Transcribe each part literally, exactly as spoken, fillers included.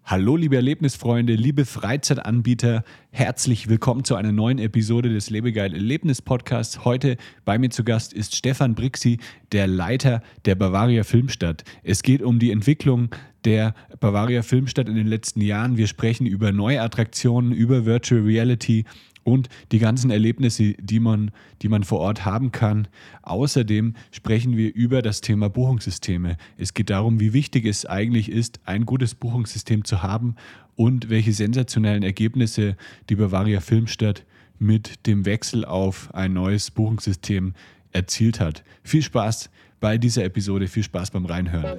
Hallo liebe Erlebnisfreunde, liebe Freizeitanbieter, herzlich willkommen zu einer neuen Episode des Lebegeil Erlebnis Podcasts. Heute bei mir zu Gast ist Stefan Brixi, der Leiter der Bavaria Filmstadt. Es geht um die Entwicklung der Bavaria Filmstadt in den letzten Jahren. Wir sprechen über neue Attraktionen, über Virtual Reality und die ganzen Erlebnisse, die man, die man vor Ort haben kann. Außerdem sprechen wir über das Thema Buchungssysteme. Es geht darum, wie wichtig es eigentlich ist, ein gutes Buchungssystem zu haben und welche sensationellen Ergebnisse die Bavaria Filmstadt mit dem Wechsel auf ein neues Buchungssystem erzielt hat. Viel Spaß bei dieser Episode, viel Spaß beim Reinhören.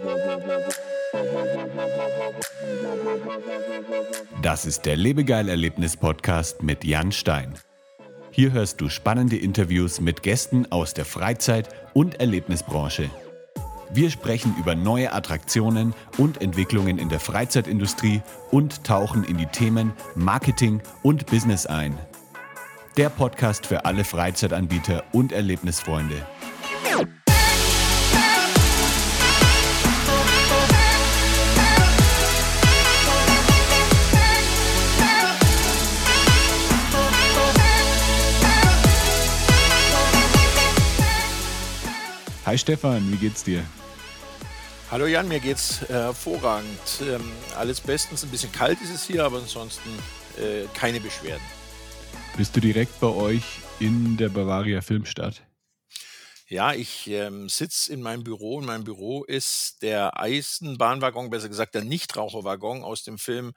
Das ist der Lebegeil-Erlebnis-Podcast mit Jan Stein. Hier hörst du spannende Interviews mit Gästen aus der Freizeit- und Erlebnisbranche. Wir sprechen über neue Attraktionen und Entwicklungen in der Freizeitindustrie und tauchen in die Themen Marketing und Business ein. Der Podcast für alle Freizeitanbieter und Erlebnisfreunde. Hi Stefan, wie geht's dir? Hallo Jan, mir geht's äh, hervorragend. Ähm, alles bestens, ein bisschen kalt ist es hier, aber ansonsten äh, keine Beschwerden. Bist du direkt bei euch in der Bavaria Filmstadt? Ja, ich ähm, sitze in meinem Büro. Und mein Büro ist der Eisenbahnwaggon, besser gesagt der Nichtraucherwaggon aus dem Film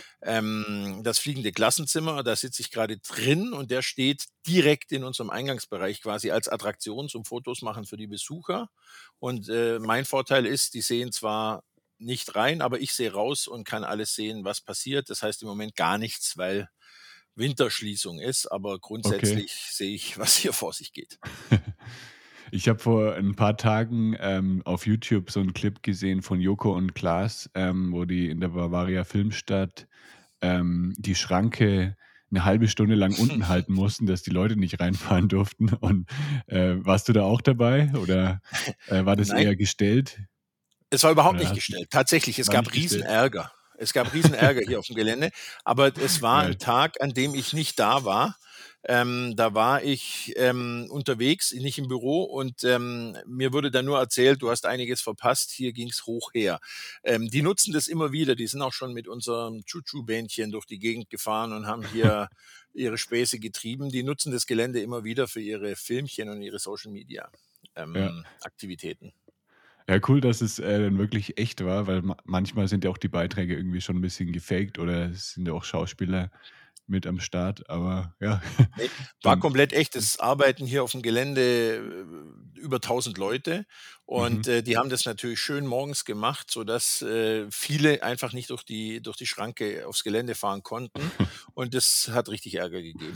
ähm, Das fliegende Klassenzimmer. Da sitze ich gerade drin und der steht direkt in unserem Eingangsbereich quasi als Attraktion zum Fotos machen für die Besucher. Und äh, mein Vorteil ist, die sehen zwar nicht rein, aber ich sehe raus und kann alles sehen, was passiert. Das heißt im Moment gar nichts, weil Winterschließung ist, aber Okay. grundsätzlich sehe ich, was hier vor sich geht. Ich habe vor ein paar Tagen ähm, auf YouTube so einen Clip gesehen von Joko und Klaas, ähm, wo die in der Bavaria Filmstadt ähm, die Schranke eine halbe Stunde lang unten halten mussten, dass die Leute nicht reinfahren durften. Und äh, warst du da auch dabei oder äh, war das Nein, eher gestellt? es war überhaupt Oder nicht hast du, gestellt. Tatsächlich, es war gab nicht gestellt? Riesenärger. Es gab Riesenärger hier auf dem Gelände, aber es war ein Geil. Tag, an dem ich nicht da war. Ähm, da war ich ähm, unterwegs, nicht im Büro und ähm, mir wurde dann nur erzählt, du hast einiges verpasst, hier ging's hoch her. Ähm, die nutzen das immer wieder, die sind auch schon mit unserem Chuchu-Bähnchen durch die Gegend gefahren und haben hier ihre Späße getrieben. Die nutzen das Gelände immer wieder für ihre Filmchen und ihre Ja. Social-Media-Aktivitäten. Ja, cool, dass es äh, dann wirklich echt war, weil ma manchmal sind ja auch die Beiträge irgendwie schon ein bisschen gefaked oder es sind ja auch Schauspieler mit am Start, aber ja, Ne, war dann komplett echt. Es arbeiten hier auf dem Gelände äh, über tausend Leute mhm. und, äh, die haben das natürlich schön morgens gemacht, sodass, äh, viele einfach nicht durch die durch die Schranke aufs Gelände fahren konnten und das hat richtig Ärger gegeben.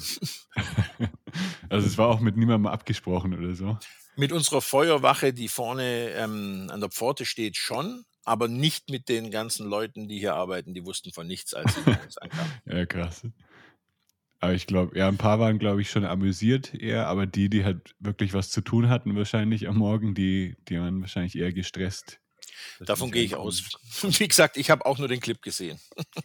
Also, es war auch mit niemandem abgesprochen oder so? Mit unserer Feuerwache, die vorne, ähm, an der Pforte steht, schon, aber nicht mit den ganzen Leuten, die hier arbeiten. Die wussten von nichts, als sie morgens ankamen. Ja, krass. Aber ich glaube ja, ein paar waren, glaube ich, schon amüsiert eher, aber die, die halt wirklich was zu tun hatten wahrscheinlich am Morgen, die die waren wahrscheinlich eher gestresst, dass sie Davon nicht gehe ich reinkommen aus. Wie konnten. gesagt, ich habe auch nur den Clip gesehen.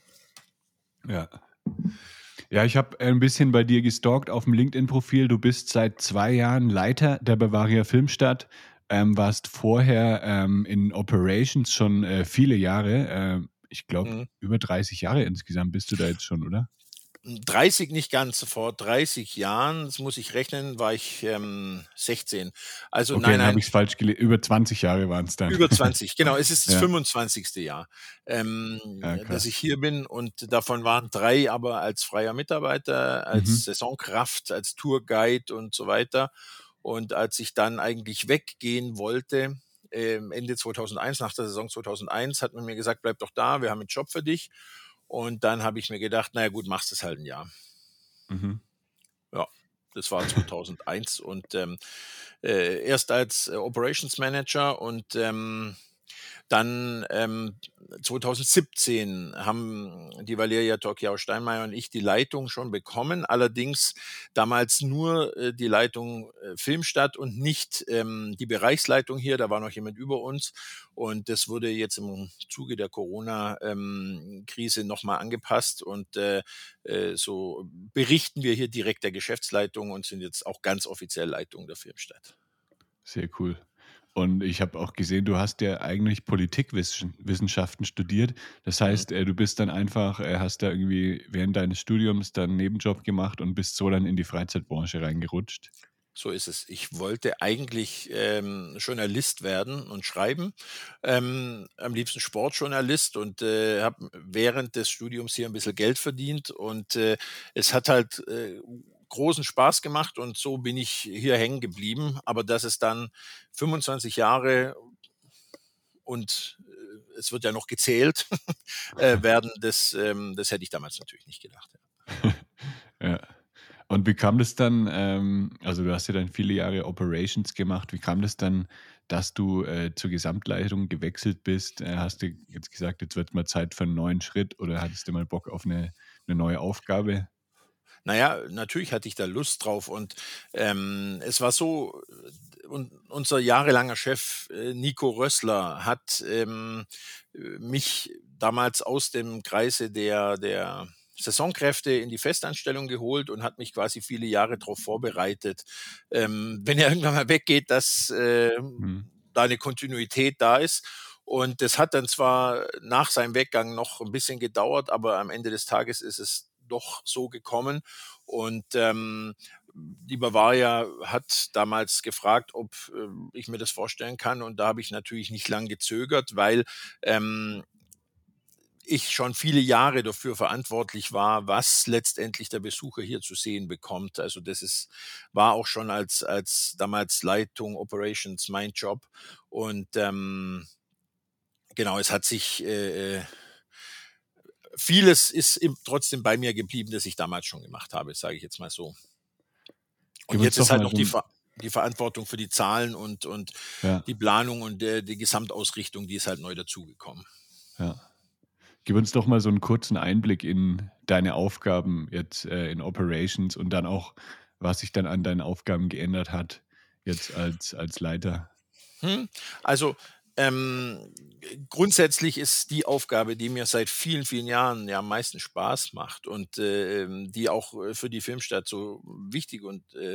Ja. Ja, ich habe ein bisschen bei dir gestalkt auf dem LinkedIn-Profil. Du bist seit zwei Jahren Leiter der Bavaria Filmstadt, ähm, warst vorher, ähm, in Operations schon, äh, viele Jahre. Ähm, ich glaube, Mhm. über dreißig Jahre insgesamt bist du da jetzt schon, oder? dreißig nicht ganz, vor dreißig Jahren, das muss ich rechnen, war ich, ähm, sechzehn. Also Okay, nein, dann habe nein, ich's falsch gele über zwanzig Jahre waren es dann. über zwanzig. Genau, es ist das Ja, fünfundzwanzigste Jahr, ähm, ja, dass krass. ich hier bin und davon waren drei aber als freier Mitarbeiter, Mhm. als Saisonkraft, als Tourguide und so weiter. Und als ich dann eigentlich weggehen wollte, ähm, Ende zweitausendeins, nach der Saison zweitausendeins, hat man mir gesagt: „Bleib doch da, wir haben einen Job für dich.“ Und dann habe ich mir gedacht: „Na ja gut, machst es halt ein Jahr.“ Mhm. Ja, das war zweitausendeins und, ähm, äh, erst als, äh, Operations Manager und, ähm, Dann ähm, zweitausendsiebzehn haben die Valeria Torchiau-Steinmeier und ich die Leitung schon bekommen, allerdings damals nur äh, die Leitung äh, Filmstadt und nicht ähm, die Bereichsleitung hier, da war noch jemand über uns und das wurde jetzt im Zuge der Corona-Krise nochmal angepasst und äh, äh, so berichten wir hier direkt der Geschäftsleitung und sind jetzt auch ganz offiziell Leitung der Filmstadt. Sehr cool. Und ich habe auch gesehen, du hast ja eigentlich Politikwissenschaften studiert. Das Mhm. heißt, äh, du bist dann einfach äh, hast da irgendwie während deines Studiums dann 'n Nebenjob gemacht und bist so dann in die Freizeitbranche reingerutscht? So ist es. Ich wollte eigentlich ähm, Journalist werden und schreiben, ähm, am liebsten Sportjournalist und äh, habe während des Studiums hier ein bisschen Geld verdient und äh, es hat halt äh, großen Spaß gemacht und so bin ich hier hängen geblieben. Aber dass es dann fünfundzwanzig Jahre und äh, es wird ja noch gezählt äh, werden, das, ähm, das hätte ich damals natürlich nicht gedacht. Ja. Ja. Und wie kam das dann ähm, also, du hast ja dann viele Jahre Operations gemacht. Wie kam das dann, dass du, äh, zur Gesamtleitung gewechselt bist? Äh, hast du jetzt gesagt: „Jetzt wird mal Zeit für einen neuen Schritt“, oder hattest du mal Bock auf eine 'ne neue Aufgabe? Na ja, natürlich hatte ich da Lust drauf und, ähm, es war so, äh, un unser jahrelanger Chef, äh, Nico Rössler hat, ähm, äh, mich damals aus dem Kreise der der Saisonkräfte in die Festanstellung geholt und hat mich quasi viele Jahre darauf vorbereitet, ähm, wenn er irgendwann mal weggeht, dass, ähm, Mhm. da eine Kontinuität da ist. Und das hat dann zwar nach seinem Weggang noch ein bisschen gedauert, aber am Ende des Tages ist es doch so gekommen. Und ähm, die Bavaria hat damals gefragt, ob ähm, ich mir das vorstellen kann. Und da habe ich natürlich nicht lang gezögert, weil ähm, ich schon viele Jahre dafür verantwortlich war, was letztendlich der Besucher hier zu sehen bekommt. Also das ist, war auch schon als, als damals Leitung Operations mein Job. Und ähm, genau, es hat sich äh, äh, vieles ist im, trotzdem bei mir geblieben, das ich damals schon gemacht habe, sage ich jetzt mal so. Und Gib uns jetzt ist doch halt mal noch so die 'n Ver die Verantwortung für die Zahlen und und ja, die Planung und, äh, die Gesamtausrichtung, die ist halt neu dazugekommen. ja. Gib uns doch mal so 'n kurzen Einblick in deine Aufgaben jetzt, äh, in Operations und dann auch, was sich dann an deinen Aufgaben geändert hat jetzt als als Leiter. Hm, also, ähm, grundsätzlich ist die Aufgabe, die mir seit vielen, vielen Jahren ja am meisten Spaß macht und, äh, ähm, die auch, äh, für die Filmstadt so wichtig und, äh,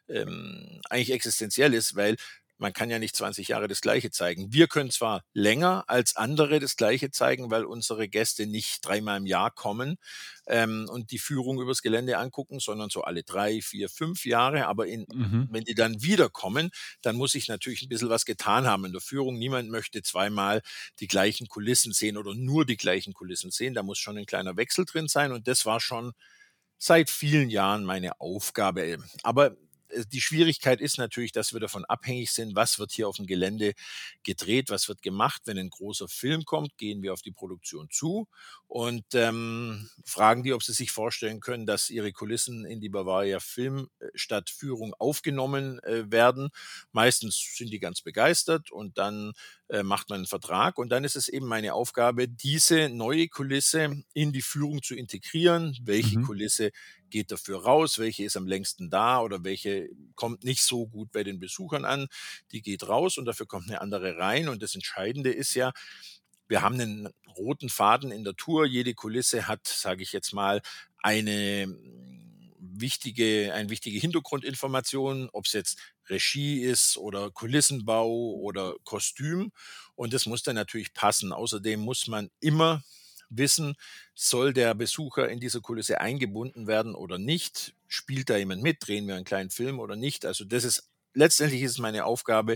ähm, eigentlich existenziell ist, weil man kann ja nicht zwanzig Jahre das Gleiche zeigen. Wir können zwar länger als andere das Gleiche zeigen, weil unsere Gäste nicht dreimal im Jahr kommen, ähm, und die Führung übers Gelände angucken, sondern so alle drei, vier, fünf Jahre. Aber in Mhm, wenn die dann wiederkommen, dann muss ich natürlich ein bisschen was getan haben in der Führung. Niemand möchte zweimal die gleichen Kulissen sehen oder nur die gleichen Kulissen sehen. Da muss schon ein kleiner Wechsel drin sein und das war schon seit vielen Jahren meine Aufgabe. Aber äh, die Schwierigkeit ist natürlich, dass wir davon abhängig sind, was wird hier auf dem Gelände gedreht, was wird gemacht. Wenn ein großer Film kommt, gehen wir auf die Produktion zu und ähm, fragen die, ob sie sich vorstellen können, dass ihre Kulissen in die Bavaria Filmstadtführung aufgenommen äh, werden. Meistens sind die ganz begeistert und dann äh, macht man einen Vertrag und dann ist es eben meine Aufgabe, diese neue Kulisse in die Führung zu integrieren. Welche mhm. Kulisse geht dafür raus? Welche ist am längsten da oder welche kommt nicht so gut bei den Besuchern an? Die geht raus und dafür kommt eine andere rein. Und das Entscheidende ist ja, wir haben einen roten Faden in der Tour. Jede Kulisse hat, sage ich jetzt mal, eine mm, wichtige, eine wichtige Hintergrundinformation, ob es jetzt Regie ist oder Kulissenbau oder Kostüm. Und das muss dann natürlich passen. Außerdem muss man immer wissen, soll der Besucher in dieser Kulisse eingebunden werden oder nicht? Spielt da jemand mit? Drehen wir einen kleinen Film oder nicht? Also das ist letztendlich ist es meine Aufgabe,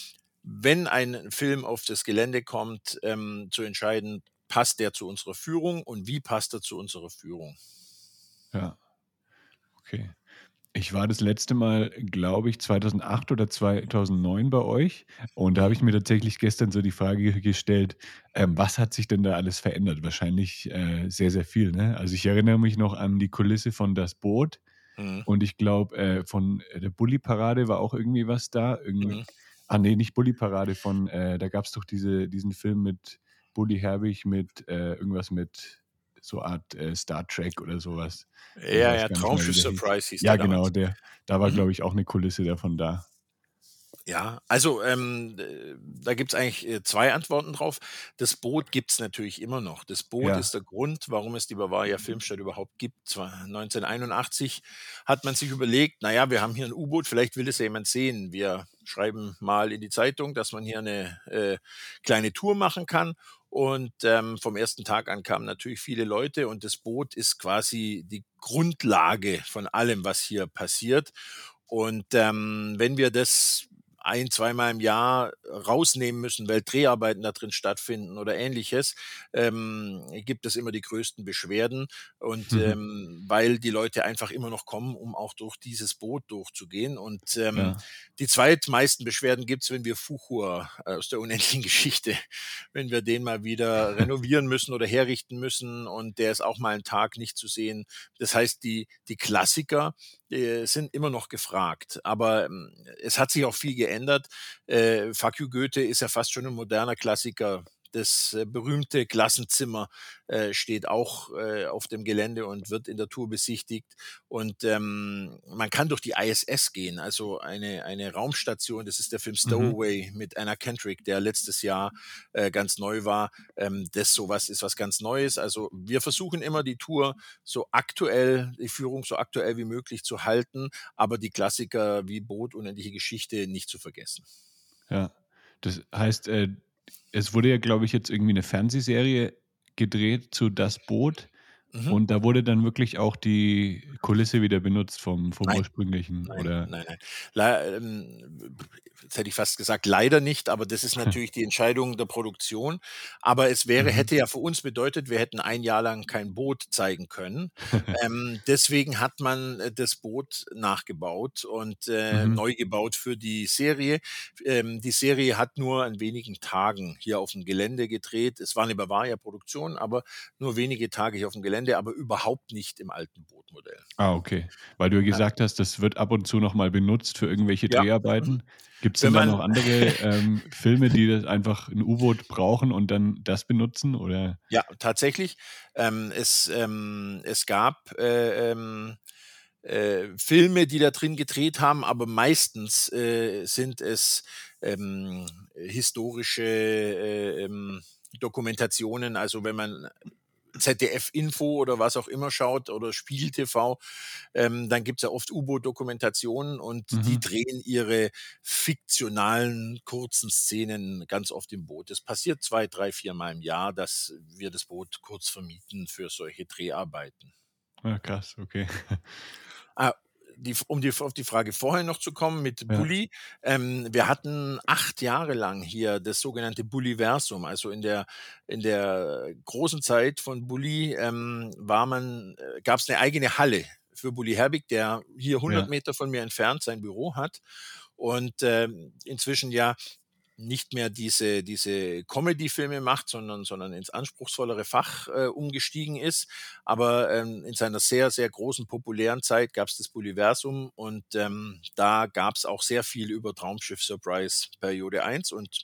wenn ein Film auf das Gelände kommt, ähm, zu entscheiden, passt der zu unserer Führung und wie passt er zu unserer Führung? Ja, okay. Ich war das letzte Mal, glaube ich, zweitausendacht oder zweitausendneun bei euch und da habe Mhm, ich mir tatsächlich gestern so die Frage gestellt, ähm, was hat sich denn da alles verändert? Wahrscheinlich, äh, sehr, sehr viel, ne? Also, ich erinnere mich noch an die Kulisse von „Das Boot“ mhm, und ich glaube, äh, von, äh, der Bulli-Parade war auch irgendwie was da. Irgendwie mhm. Ah ne, nicht Bully-Parade von, äh, da gab's doch diese diesen Film mit Bully Herbig mit, äh, irgendwas mit so Art, äh, Star Trek oder so was. Ich Ja, weiß ja, gar nicht mehr, wie Traumschiff der hieß. Surprise hieß Ja, der genau, damals. der. Da war, Mhm. glaube ich, auch 'ne Kulisse davon da. Ja, also, ähm, äh, da gibt's eigentlich, äh, zwei Antworten drauf. Das Boot gibt's natürlich immer noch. Das Boot Ja. ist der Grund, warum es die Bavaria Filmstadt überhaupt gibt. Zwar neunzehnhunderteinundachtzig hat man sich überlegt: „Na ja, wir haben hier 'n U-Boot, vielleicht will das ja jemand sehen. Wir schreiben mal in die Zeitung, dass man hier 'ne, äh, kleine Tour machen kann.“ Und, ähm, vom ersten Tag an kamen natürlich viele Leute und das Boot ist quasi die Grundlage von allem, was hier passiert. Und, ähm, wenn wir das ein zweimal im Jahr rausnehmen müssen, weil Dreharbeiten da drin stattfinden oder Ähnliches, ähm, gibt es immer die größten Beschwerden und, ähm, weil die Leute einfach immer noch kommen, um auch durch dieses Boot durchzugehen. Und, ähm, Ja. die zweitmeisten Beschwerden gibt's, wenn wir Fuchur aus der unendlichen Geschichte wenn wir den mal wieder renovieren müssen oder herrichten müssen und der ist auch mal 'n Tag nicht zu sehen. Das heißt, die die Klassiker, äh, sind immer noch gefragt, aber, hm, es hat sich auch viel geändert. Äh, „Fuck you, Goethe“ ist ja fast schon 'n moderner Klassiker. Das, äh, berühmte Klassenzimmer, äh, steht auch, äh, auf dem Gelände und wird in der Tour besichtigt. Und, ähm, man kann durch die I S S gehen, also eine eine Raumstation. Das ist der Film Mhm. „Stowaway“ mit Anna Kendrick, der letztes Jahr, äh, ganz neu war. Ähm, das so was ist was ganz Neues. Also, wir versuchen immer, die Tour so aktuell die Führung so aktuell wie möglich zu halten, aber die Klassiker wie Boot, unendliche Geschichte nicht zu vergessen. Ja. Das heißt, äh, es wurde ja, glaube ich, jetzt irgendwie 'ne Fernsehserie gedreht zu „Das Boot“ Mhm. und da wurde dann wirklich auch die Kulisse wieder benutzt vom vom Nein, ursprünglichen, nein, oder? nein, nein. Lei ähm, jetzt hätte ich fast gesagt, leider nicht, aber das ist natürlich die Entscheidung der Produktion. Aber es wäre Mhm. hätte ja für uns bedeutet, wir hätten ein Jahr lang kein Boot zeigen können. Ähm, deswegen hat man, äh, das Boot nachgebaut und, äh, Mhm. neu gebaut für die Serie. Ähm, die Serie hat nur an wenigen Tagen hier aufm Gelände gedreht. Es war 'ne Bavaria-Produktion, aber nur wenige Tage hier aufm Gelände, aber überhaupt nicht im alten Bootmodell. Ah, okay. Weil du ja Ja. gesagt hast, das wird ab und zu noch mal benutzt für irgendwelche Ja. Mhm. Dreharbeiten. Gibt's denn Wenn da noch man andere, ähm, Filme, die das einfach 'n U-Boot brauchen und dann das benutzen, oder? Ja, tatsächlich. Ähm, es ähm, es gab, äh, ähm, äh, Filme, die da drin gedreht haben, aber meistens, äh, sind es, ähm, historische, äh, ähm, Dokumentationen. Also, wenn man ZDF-Info oder was auch immer schaut oder Spiegel TV, ähm, dann gibt's ja oft U-Boot-Dokumentationen und die Mhm. drehen ihre fiktionalen kurzen Szenen ganz oft im Boot. Das passiert zwei, drei, viermal im Jahr, dass wir das Boot kurz vermieten für solche Dreharbeiten. Ah, krass, okay. Ah, die F um die auf die Frage vorher noch zu kommen mit Ja. Bully. Ähm, wir hatten acht Jahre lang hier das sogenannte Bulliversum. Also, in der in der großen Zeit von Bully, ähm, war man äh, gab's 'ne eigene Halle für Bully Herbig, der hier hundert Ja. Meter von mir entfernt sein Büro hat und, ähm, inzwischen ja nicht mehr diese diese Comedyfilme macht, sondern sondern ins anspruchsvollere Fach, äh, umgestiegen ist. Aber, ähm, in seiner sehr, sehr großen populären Zeit gab's das Bulliversum und, ähm, da gab's auch sehr viel über Traumschiff Surprise Periode eins und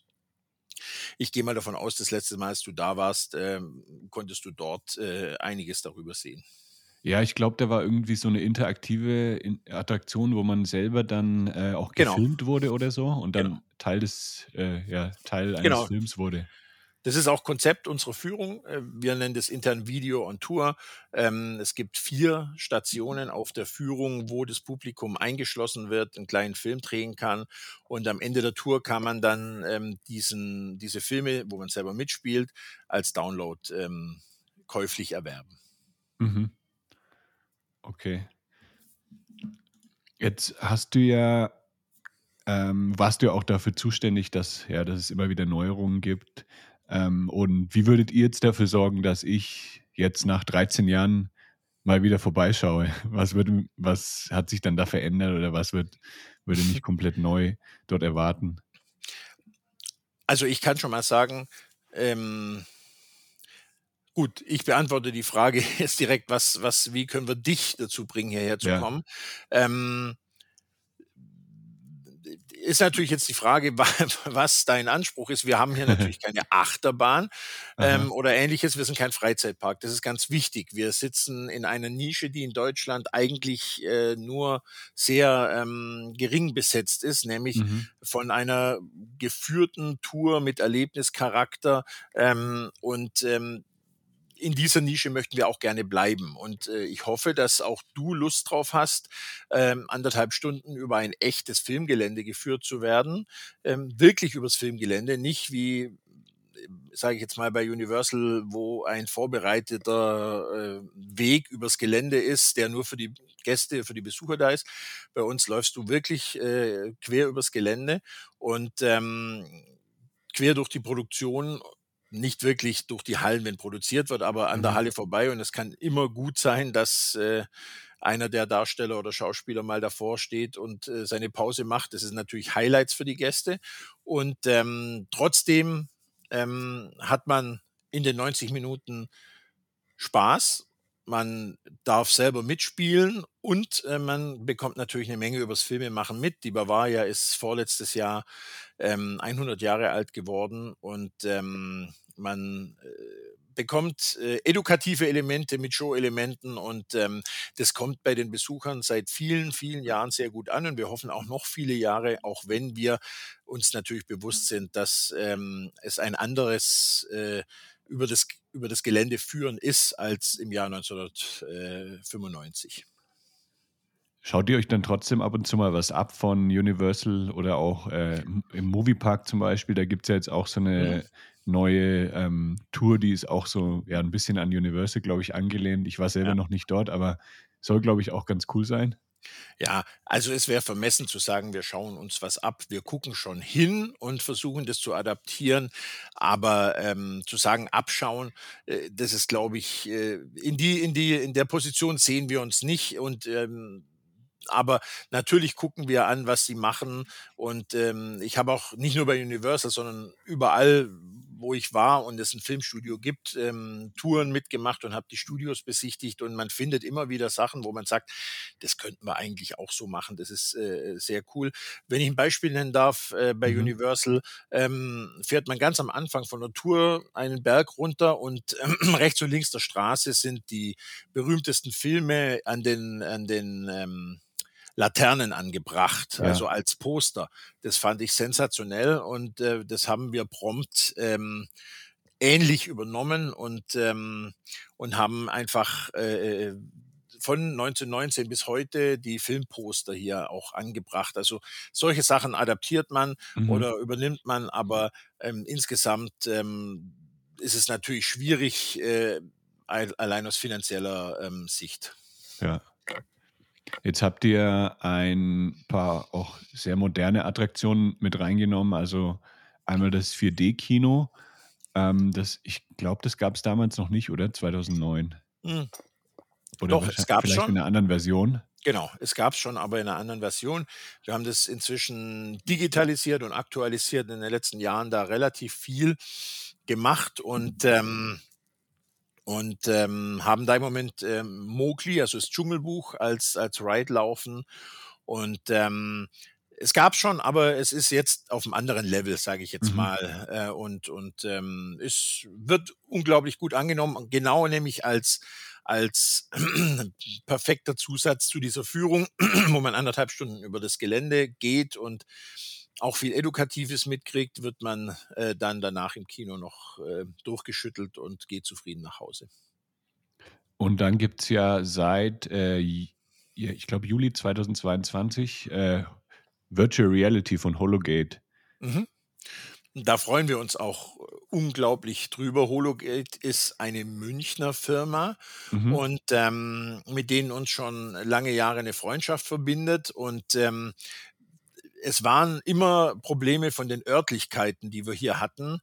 ich gehe mal davon aus, das letzte Mal, als du da warst, ähm, konntest du dort, äh, einiges darüber sehen. Ja, ich glaube, da war irgendwie so 'ne interaktive In Attraktion, wo man selber dann, äh, auch Genau. gefilmt wurde oder so und Genau. dann Teil des äh, ja, Teil eines Genau. Films wurde. Das ist auch Konzept unserer Führung. Äh, wir nennen das intern „Video on Tour“. Ähm, es gibt vier Stationen auf der Führung, wo das Publikum eingeschlossen wird, 'n kleinen Film drehen kann und am Ende der Tour kann man dann, ähm, diesen diese Filme, wo man selber mitspielt, als Download, ähm, käuflich erwerben. Mhm. Okay. Jetzt hast du ja ähm, warst du ja auch dafür zuständig, dass ja, dass es immer wieder Neuerungen gibt. Ähm, und wie würdet ihr jetzt dafür sorgen, dass ich jetzt nach dreizehn Jahren mal wieder vorbeischaue? Was würde was hat sich dann da verändert oder was wird würde mich komplett neu dort erwarten? Also, ich kann schon mal sagen, ähm gut, ich beantworte die Frage jetzt direkt, was was wie können wir dich dazu bringen, hierher zu Ja. kommen? Ähm ist natürlich jetzt die Frage, wa was dein Anspruch ist. Wir haben hier natürlich keine Achterbahn, Aha. ähm, oder Ähnliches. Wir sind kein Freizeitpark. Das ist ganz wichtig. Wir sitzen in einer Nische, die in Deutschland eigentlich, äh, nur sehr, ähm, gering besetzt ist, nämlich Mhm. von einer geführten Tour mit Erlebnischarakter, ähm, und, ähm, in dieser Nische möchten wir auch gerne bleiben. Und, äh, ich hoffe, dass auch du Lust drauf hast, ähm, anderthalb Stunden über ein echtes Filmgelände geführt zu werden. Ähm, wirklich übers Filmgelände, nicht wie, sage ich jetzt mal, bei Universal, wo ein vorbereiteter, äh, Weg übers Gelände ist, der nur für die Gäste, für die Besucher da ist. Bei uns läufst du wirklich, äh, quer übers Gelände und, ähm, quer durch die Produktion, nicht wirklich durch die Hallen, wenn produziert wird, aber an der Mhm. Halle vorbei. Und es kann immer gut sein, dass, äh, einer der Darsteller oder Schauspieler mal davor steht und, äh, seine Pause macht. Das ist natürlich Highlights für die Gäste. Und, ähm, trotzdem, ähm, hat man in den neunzig Minuten Spaß. Man darf selber mitspielen und, äh, man bekommt natürlich eine Menge übers Filmemachen mit. Die Bavaria ist vorletztes Jahr, ähm, hundert Jahre alt geworden und, ähm, man, äh, bekommt, äh, edukative Elemente mit Show-Elementen und, ähm, das kommt bei den Besuchern seit vielen, vielen Jahren sehr gut an und wir hoffen auch noch viele Jahre, auch wenn wir uns natürlich bewusst sind, dass, ähm, es ein anderes, äh, über das über das Gelände führen ist als im Jahr neunzehnhundertfünfundneunzig. Schaut ihr euch dann trotzdem ab und zu mal was ab von Universal oder auch, äh, im im Moviepark zum Beispiel? Da gibt's ja jetzt auch so Mhm. eine neue, ähm, Tour, die ist auch so, ja, ein bisschen an Universal, glaube ich, angelehnt. Ich war selber Ja. noch nicht dort, aber soll, glaube ich, auch ganz cool sein. Ja, also es wäre vermessen zu sagen, wir schauen uns was ab. Wir gucken schon hin und versuchen das zu adaptieren, aber, ähm, zu sagen, abschauen, äh, das ist, glaube ich, äh, in die in die in der Position sehen wir uns nicht und, ähm aber natürlich gucken wir an, was sie machen und, ähm, ich habe auch nicht nur bei Universal, sondern überall, wo ich war und es ein Filmstudio gibt, ähm, Touren mitgemacht und habe die Studios besichtigt und man findet immer wieder Sachen, wo man sagt: „Das könnten wir eigentlich auch so machen.“ Das ist, äh, sehr cool. Wenn ich ein Beispiel nennen darf, äh, bei Mhm. Universal, ähm, fährt man ganz am Anfang von der Tour einen Berg runter und ähm, rechts und links der Straße sind die berühmtesten Filme an den an den, ähm, Laternen angebracht, Ja. also als Poster. Das fand ich sensationell und, äh, das haben wir prompt, ähm, ähnlich übernommen und, ähm und haben einfach, äh, äh, von neunzehnhundertneunzehn bis heute die Filmposter hier auch angebracht. Also, solche Sachen adaptiert man Mhm. oder übernimmt man, aber, ähm, insgesamt, ähm, ist es natürlich schwierig, äh, al allein aus finanzieller, ähm, Sicht. Ja. Jetzt habt ihr ein paar auch sehr moderne Attraktionen mit reingenommen. Also, einmal das vier D-Kino, ähm, das ich glaube, das gab's damals noch nicht, oder? zweitausendneun. Hm, Oder doch, wahrschei es gab's vielleicht in schon. 'ner anderen Version? Genau, es gab's schon, aber in einer anderen Version. Wir haben das inzwischen digitalisiert und aktualisiert in den letzten Jahren da relativ viel gemacht und, ähm und, ähm, haben da im Moment, ähm, Mowgli, also das Dschungelbuch als als Ride laufen und, ähm, es gab's schon, aber es ist jetzt auf 'm anderen Level, sage ich jetzt Mhm. mal, äh, und und, ähm, es wird unglaublich gut angenommen, genau nämlich als als perfekter Zusatz zu dieser Führung, wo man anderthalb Stunden über das Gelände geht und auch viel Edukatives mitkriegt, wird man, äh, dann danach im Kino noch, äh, durchgeschüttelt und geht zufrieden nach Hause. Und dann gibt's ja seit, äh, J ja, ich glaube, Juli zweitausendzweiundzwanzig, äh, Virtual Reality von Hologate. Mhm. Da freuen wir uns auch äh, unglaublich drüber. Hologate ist eine Münchner Firma Mhm. und, ähm, mit denen uns schon lange Jahre eine Freundschaft verbindet und, ähm, es waren immer Probleme von den Örtlichkeiten, die wir hier hatten,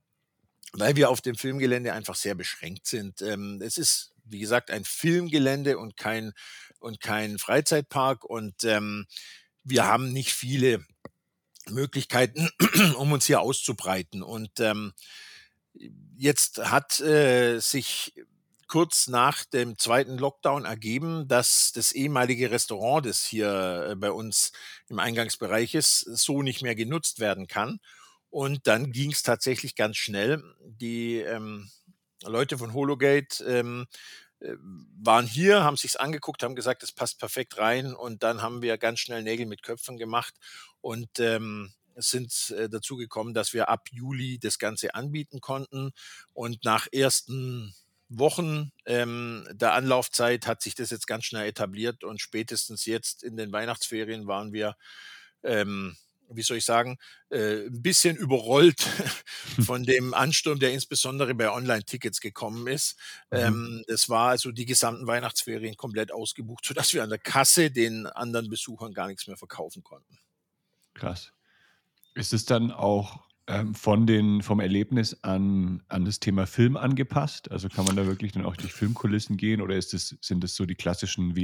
weil wir auf dem Filmgelände einfach sehr beschränkt sind. Ähm, es ist, wie gesagt, ein Filmgelände und kein und kein Freizeitpark und, ähm, wir haben nicht viele Möglichkeiten, um uns hier auszubreiten. Und, ähm, jetzt hat, äh, sich kurz nach dem zweiten Lockdown ergeben, dass das ehemalige Restaurant, das hier äh, bei uns im Eingangsbereich ist, so nicht mehr genutzt werden kann. Und dann ging es tatsächlich ganz schnell. Die ähm, Leute von Hologate ähm, äh, waren hier, haben sich's angeguckt, haben gesagt, das passt perfekt rein. Und dann haben wir ganz schnell Nägel mit Köpfen gemacht und ähm, sind äh, dazu gekommen, dass wir ab Juli das Ganze anbieten konnten. Und nach ersten Wochen ähm, der Anlaufzeit hat sich das jetzt ganz schnell etabliert und spätestens jetzt in den Weihnachtsferien waren wir, ähm, wie soll ich sagen, äh, ein bisschen überrollt von dem Ansturm, der insbesondere bei Online-Tickets gekommen ist. Mhm. Ähm, das war also die gesamten Weihnachtsferien komplett ausgebucht, sodass wir an der Kasse den anderen Besuchern gar nichts mehr verkaufen konnten. Krass. Ist es dann auch ähm, von den, vom Erlebnis an, an das Thema Film angepasst? Also kann man da wirklich dann auch durch Filmkulissen gehen oder ist es, sind das so die klassischen V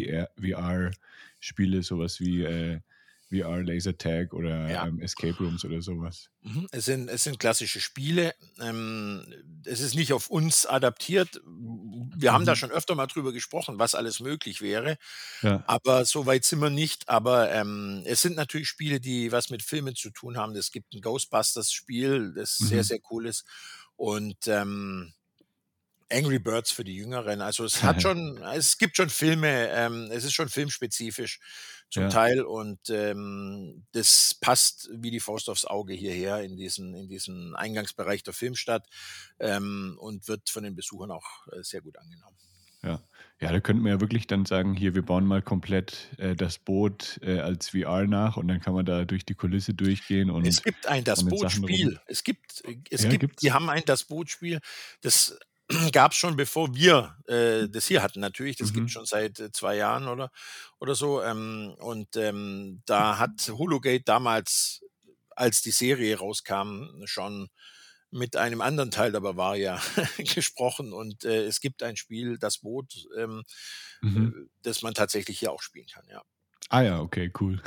R-Spiele, sowas wie äh, V R Lasertag oder Ja. ähm, Escape Rooms oder sowas? Mhm. Es sind es sind klassische Spiele. Ähm, es ist nicht auf uns adaptiert. Wir haben da Mhm. schon öfter mal drüber gesprochen, was alles möglich wäre, Ja. aber so weit sind wir nicht. Aber, ähm, es sind natürlich Spiele, die was mit Filmen zu tun haben. Es gibt 'n Ghostbusters-Spiel, das sehr, Mhm. sehr cool ist und, ähm Angry Birds für die Jüngeren. Also, es hat schon es gibt schon Filme, ähm, es ist schon filmspezifisch zum Ja. Teil und, ähm, das passt wie die Faust aufs Auge hierher in diesen in diesen Eingangsbereich der Filmstadt, ähm, und wird von den Besuchern auch, äh, sehr gut angenommen. Ja. Ja, da könnten wir ja wirklich dann sagen: „Hier, wir bauen mal komplett, äh, das Boot, äh, als V R nach“ und dann kann man da durch die Kulisse durchgehen Es und gibt ein an Das den Sachen rum. Boot-Spiel. Es gibt äh, es Ja, gibt die gibt's? haben ein Das Boot-Spiel, das gab's schon, bevor wir, äh, das hier hatten natürlich. Das gibt's Mhm. schon seit, äh, zwei Jahren oder oder so, ähm, und, ähm, da hat Hologate damals, als die Serie rauskam, schon mit einem anderen Teil der Bavaria gesprochen und, äh, es gibt ein Spiel, Das Boot, ähm, äh, Mhm. das man tatsächlich hier auch spielen kann, ja. Ah ja, okay, cool.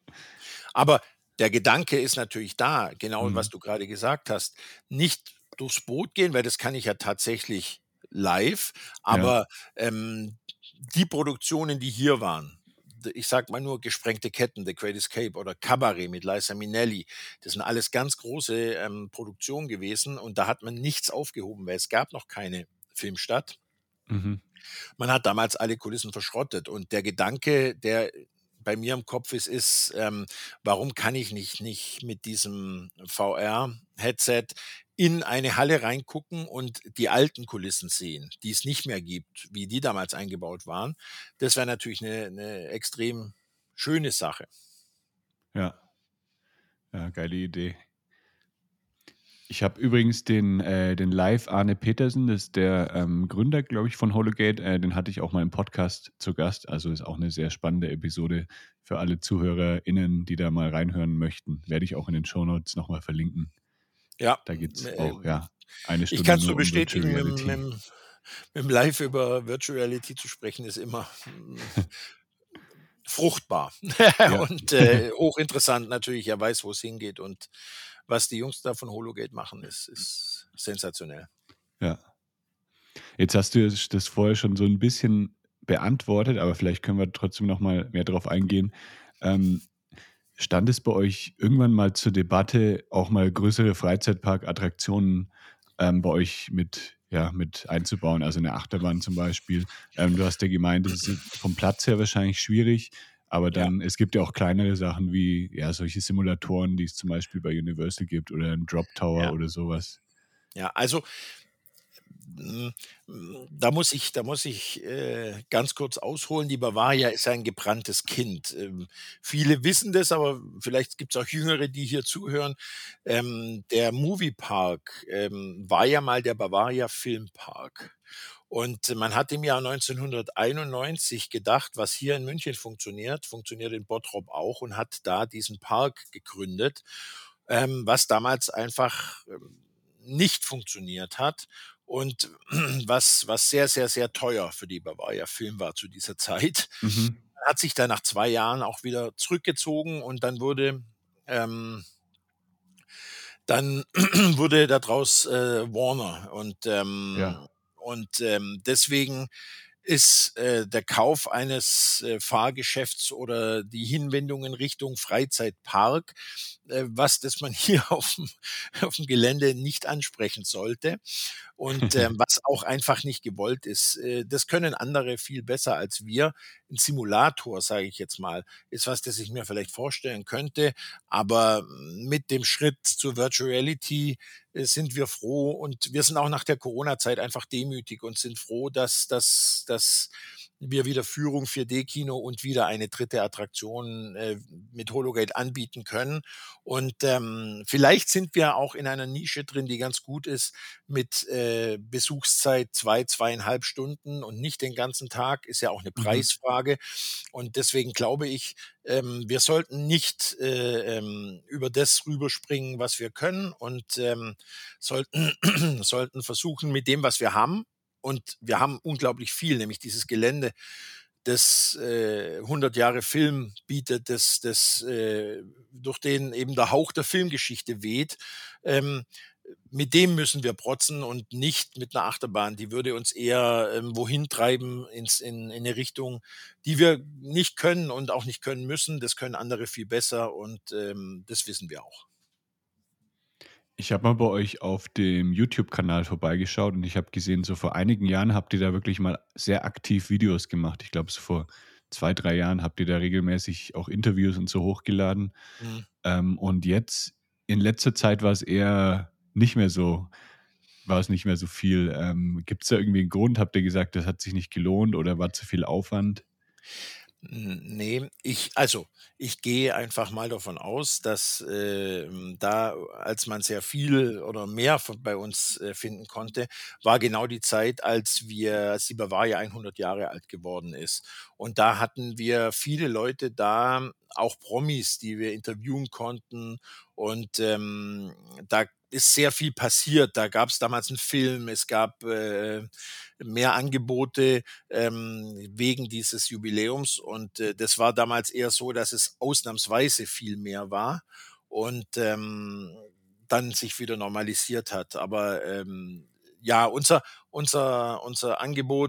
Aber der Gedanke ist natürlich da, genau was Mhm. du gerade gesagt hast. Nicht durchs Boot gehen, weil das kann ich ja tatsächlich live, Ja. aber, ähm, die Produktionen, die hier waren, d ich sage mal nur „Gesprengte Ketten“, „The Great Escape“ oder „Cabaret“ mit Liza Minnelli. Das sind alles ganz große, ähm, Produktionen gewesen und da hat man nichts aufgehoben, weil es gab noch keine Filmstadt. Mhm. Man hat damals alle Kulissen verschrottet und der Gedanke, der bei mir im Kopf ist, ist, ähm, warum kann ich nicht nicht mit diesem V R-Headset in eine Halle reingucken und die alten Kulissen sehen, die es nicht mehr gibt, wie die damals eingebaut waren. Das wäre natürlich eine 'ne extrem schöne Sache. Ja. Ja, geile Idee. Ich habe übrigens den, äh, den Live Arne Petersen, das ist der, ähm, Gründer, glaube ich, von Hologate, äh, den hatte ich auch mal im Podcast zu Gast. Also, ist auch eine sehr spannende Episode für alle ZuhörerInnen, die da mal reinhören möchten. Werde ich auch in den Shownotes noch mal verlinken. Ja, Da hm, geht's äh, auch, ja, eine ich Stunde kann's nur nur um Virtual bestätigen, mit'm Reality. mit'm mit'm Live über Virtual Reality zu sprechen, ist immer, hm fruchtbar Ja. und, äh, hochinteressant natürlich. Er weiß, wo es hingeht und was die Jungs da von Hologate machen, ist ist sensationell. Ja. Jetzt hast du das das vorher schon so ein bisschen beantwortet, aber vielleicht können wir trotzdem noch mal mehr drauf eingehen. Ähm, stand es bei euch irgendwann mal zur Debatte, auch mal größere Freizeitparkattraktionen, ähm, bei euch mit ja, mit einzubauen, also eine Achterbahn zum Beispiel? Ähm, du hast ja gemeint, das ist vom Platz her wahrscheinlich schwierig, aber Ja, dann es gibt ja auch kleinere Sachen wie, ja, solche Simulatoren, die es zum Beispiel bei Universal gibt oder 'n Drop Tower ja, oder sowas. ja. Also, hm, hm, da muss ich da muss ich, äh, ganz kurz ausholen. Die Bavaria ist ein gebranntes Kind. Ähm, viele wissen das, aber vielleicht gibt's auch Jüngere, die hier zuhören. Ähm, der Moviepark, ähm, war ja mal der Bavaria Filmpark. Und man hat im Jahr neunzehnhunderteinundneunzig gedacht, was hier in München funktioniert, funktioniert in Bottrop auch und hat da diesen Park gegründet, ähm, was damals einfach, ähm, nicht funktioniert hat und was was sehr, sehr, sehr teuer für die Bavaria Film war zu dieser Zeit. Mhm. Hat sich dann nach zwei Jahren auch wieder zurückgezogen und dann wurde, ähm dann wurde da draus, äh, Warner und, Ja. ähm Und, ähm, deswegen ist, äh, der Kauf eines, äh, Fahrgeschäfts oder die Hinwendung in Richtung Freizeitpark, äh, was, das man hier auf'm auf'm Gelände nicht ansprechen sollte und, ähm, was auch einfach nicht gewollt ist. Äh, das können andere viel besser als wir. 'N Simulator, sage ich jetzt mal, ist was, das ich mir vielleicht vorstellen könnte, aber mit dem Schritt zur Virtual Reality, äh, sind wir froh und wir sind auch nach der Corona-Zeit einfach demütig und sind froh, dass dass dass wir wieder Führung vier D-Kino und wieder eine dritte Attraktion, äh, mit Hologate anbieten können. Und, ähm, vielleicht sind wir auch in einer Nische drin, die ganz gut ist mit, äh, Besuchszeit zwei, zweieinhalb Stunden und nicht den ganzen Tag, ist ja auch 'ne Mhm. Preisfrage. Und deswegen glaube ich, ähm, wir sollten nicht, äh, ähm, über das rüberspringen, was wir können und, ähm, sollten sollten versuchen mit dem, was wir haben und wir haben unglaublich viel, nämlich dieses Gelände, das, äh, hundert Jahre Film bietet, das das, äh durch den eben der Hauch der Filmgeschichte weht. Ähm, mit dem müssen wir protzen und nicht mit 'ner Achterbahn. Die würde uns eher, ähm, wohin treiben ins in in 'ne Richtung, die wir nicht können und auch nicht können müssen. Das können andere viel besser und, ähm, das wissen wir auch. Ich habe mal bei euch auf dem YouTube-Kanal vorbeigeschaut und ich habe gesehen, so vor einigen Jahren habt ihr da wirklich mal sehr aktiv Videos gemacht. Ich glaube, so vor zwei, drei Jahren habt ihr da regelmäßig auch Interviews und so hochgeladen. Mhm. Ähm, und jetzt in letzter Zeit war es eher nicht mehr so war es nicht mehr so viel. Ähm, gibt's da irgendwie 'n Grund? Habt ihr gesagt, das hat sich nicht gelohnt oder war zu viel Aufwand? N ne, ich also, ich gehe einfach mal davon aus, dass, ähm, da als man sehr viel oder mehr von bei uns, äh, finden konnte, war genau die Zeit, als wir als die Bavaria hundert Jahre alt geworden ist. Und da hatten wir viele Leute da, auch Promis, die wir interviewen konnten und, ähm, da ist sehr viel passiert. Da gab's damals 'n Film, es gab, äh, mehr Angebote, ähm, wegen dieses Jubiläums und, äh, das war damals eher so, dass es ausnahmsweise viel mehr war und, ähm, dann sich wieder normalisiert hat. Aber, ähm, ja, unser unser unser Angebot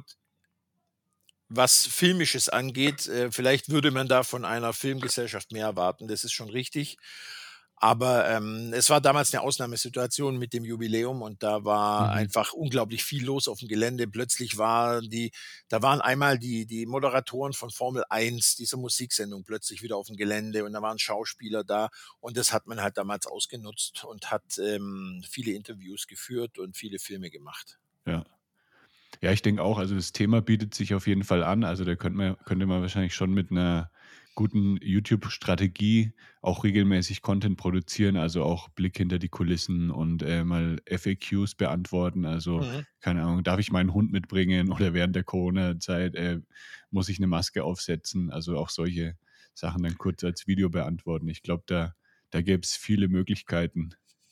was Filmisches angeht, äh, vielleicht würde man da von einer Filmgesellschaft mehr erwarten, das ist schon richtig. Aber, ähm, es war damals 'ne Ausnahmesituation mit dem Jubiläum und da war Mhm. einfach unglaublich viel los auf'm Gelände. Plötzlich war die da waren einmal die die Moderatoren von Formel eins, dieser Musiksendung, plötzlich wieder auf'm Gelände und da waren Schauspieler da und das hat man halt damals ausgenutzt und hat, ähm, viele Interviews geführt und viele Filme gemacht. Ja. Ja, ich denke auch, also das Thema bietet sich auf jeden Fall an. Also, da könnte man könnte man wahrscheinlich schon mit 'ner guten YouTube-Strategie auch regelmäßig Content produzieren, also auch Blick hinter die Kulissen und, äh, mal FAQs beantworten. Also, Mhm. keine Ahnung: „Darf ich meinen Hund mitbringen?“ oder „Während der Corona-Zeit, äh, muss ich 'ne Maske aufsetzen?“ Also, auch solche Sachen dann kurz als Video beantworten. Ich glaube, da da gäbe es viele Möglichkeiten.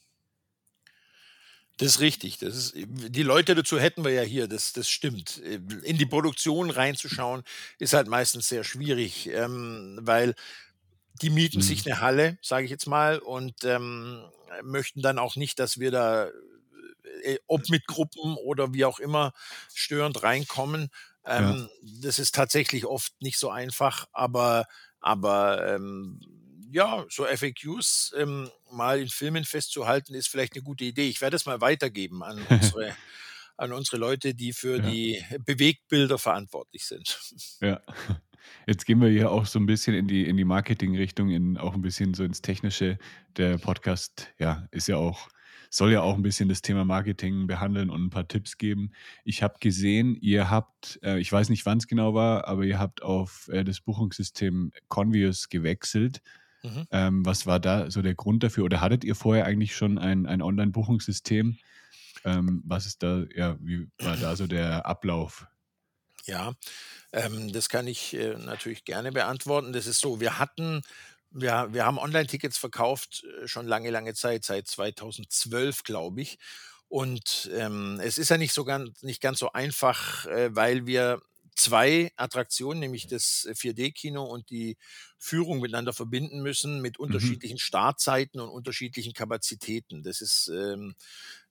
Das ist richtig. Das ist eben die Leute dazu hätten wir ja hier, das das stimmt. Äh, in die Produktion reinzuschauen, ist halt meistens sehr schwierig, ähm, weil die mieten sich Mhm. 'ne Halle, sage ich jetzt mal, und, ähm, möchten dann auch nicht, dass wir da, äh, ob mit Gruppen oder wie auch immer störend reinkommen. Ja. Ähm, das ist tatsächlich oft nicht so einfach, aber aber, ähm, ja, so FAQs, ähm, mal in Filmen festzuhalten, ist vielleicht 'ne gute Idee. Ich werde das mal weitergeben an unsere an unsere Leute, die für Ja. die Bewegtbilder verantwortlich sind. Ja. Jetzt gehen wir hier auch so 'n bisschen in die in die Marketingrichtung, in auch 'n bisschen so ins Technische. Der Podcast, ja, ist ja auch soll ja auch 'n bisschen das Thema Marketing behandeln und 'n paar Tipps geben. Ich habe gesehen, ihr habt äh, ich weiß nicht, wann's genau war, aber ihr habt auf, äh, das Buchungssystem Convios gewechselt. Mhm. Ähm, was war da so der Grund dafür? Oder hattet ihr vorher eigentlich schon ein ein Online-Buchungssystem? Ähm, was ist da ja, wie war da so der Ablauf? Ja, ähm, das kann ich, äh, natürlich gerne beantworten. Das ist so, wir hatten wir wir haben Online-Tickets verkauft, äh, schon lange, lange Zeit, seit zweitausendzwölf, glaube ich. Und, ähm, es ist ja nicht so gan nicht ganz so einfach, äh, weil wir zwei Attraktionen, nämlich das vier D-Kino und die Führung miteinander verbinden müssen mit Mhm. unterschiedlichen Startzeiten und unterschiedlichen Kapazitäten. Das ist, ähm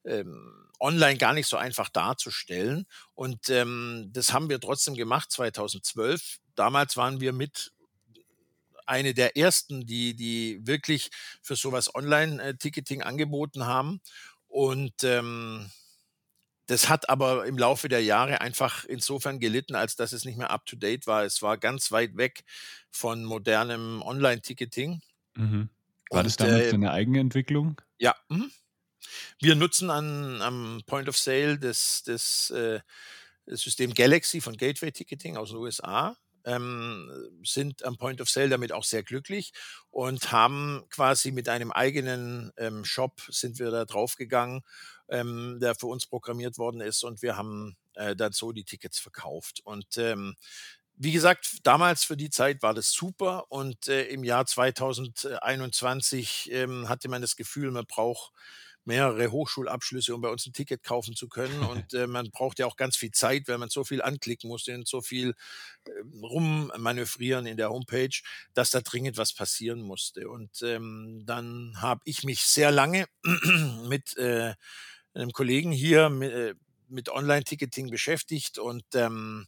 ähm, online gar nicht so einfach darzustellen. Und ähm, das haben wir trotzdem gemacht zweitausendzwölf. Damals waren wir mit eine der ersten, die die wirklich für sowas Online-Ticketing angeboten haben. Und ähm, das hat aber im Laufe der Jahre einfach insofern gelitten, als dass es nicht mehr up to date war. Es war ganz weit weg von modernem Online-Ticketing. Mhm. War das Und damals äh, deine eigene Entwicklung? ja, mhm. Wir nutzen an, am Point of Sale das, das, äh, das System Galaxy von Gateway Ticketing aus den U S A, ähm, sind am Point of Sale damit auch sehr glücklich und haben quasi mit einem eigenen ähm, Shop sind wir da draufgegangen, ähm, der für uns programmiert worden ist, und wir haben äh, dann so die Tickets verkauft. Und ähm, wie gesagt, damals für die Zeit war das super, und äh, im Jahr zweitausendeinundzwanzig ähm, hatte man das Gefühl, man braucht mehrere Hochschulabschlüsse, um bei uns ein Ticket kaufen zu können, und äh, man braucht ja auch ganz viel Zeit, weil man so viel anklicken musste und so viel ähm, rummanövrieren in der Homepage, dass da dringend was passieren musste. Und ähm, dann habe ich mich sehr lange mit äh, einem Kollegen hier mit, äh, mit Online-Ticketing beschäftigt, und ähm,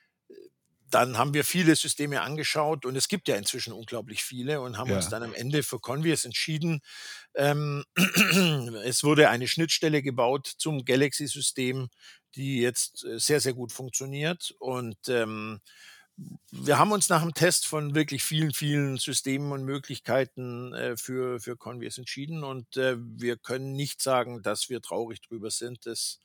dann haben wir viele Systeme angeschaut, und es gibt ja inzwischen unglaublich viele, und haben uns Ja. dann am Ende für Convies entschieden. Ähm, es wurde eine Schnittstelle gebaut zum Galaxy-System, die jetzt äh, sehr, sehr gut funktioniert. Und ähm, wir haben uns nach dem Test von wirklich vielen, vielen Systemen und Möglichkeiten äh, für, für Convies entschieden. Und äh, wir können nicht sagen, dass wir traurig drüber sind. Das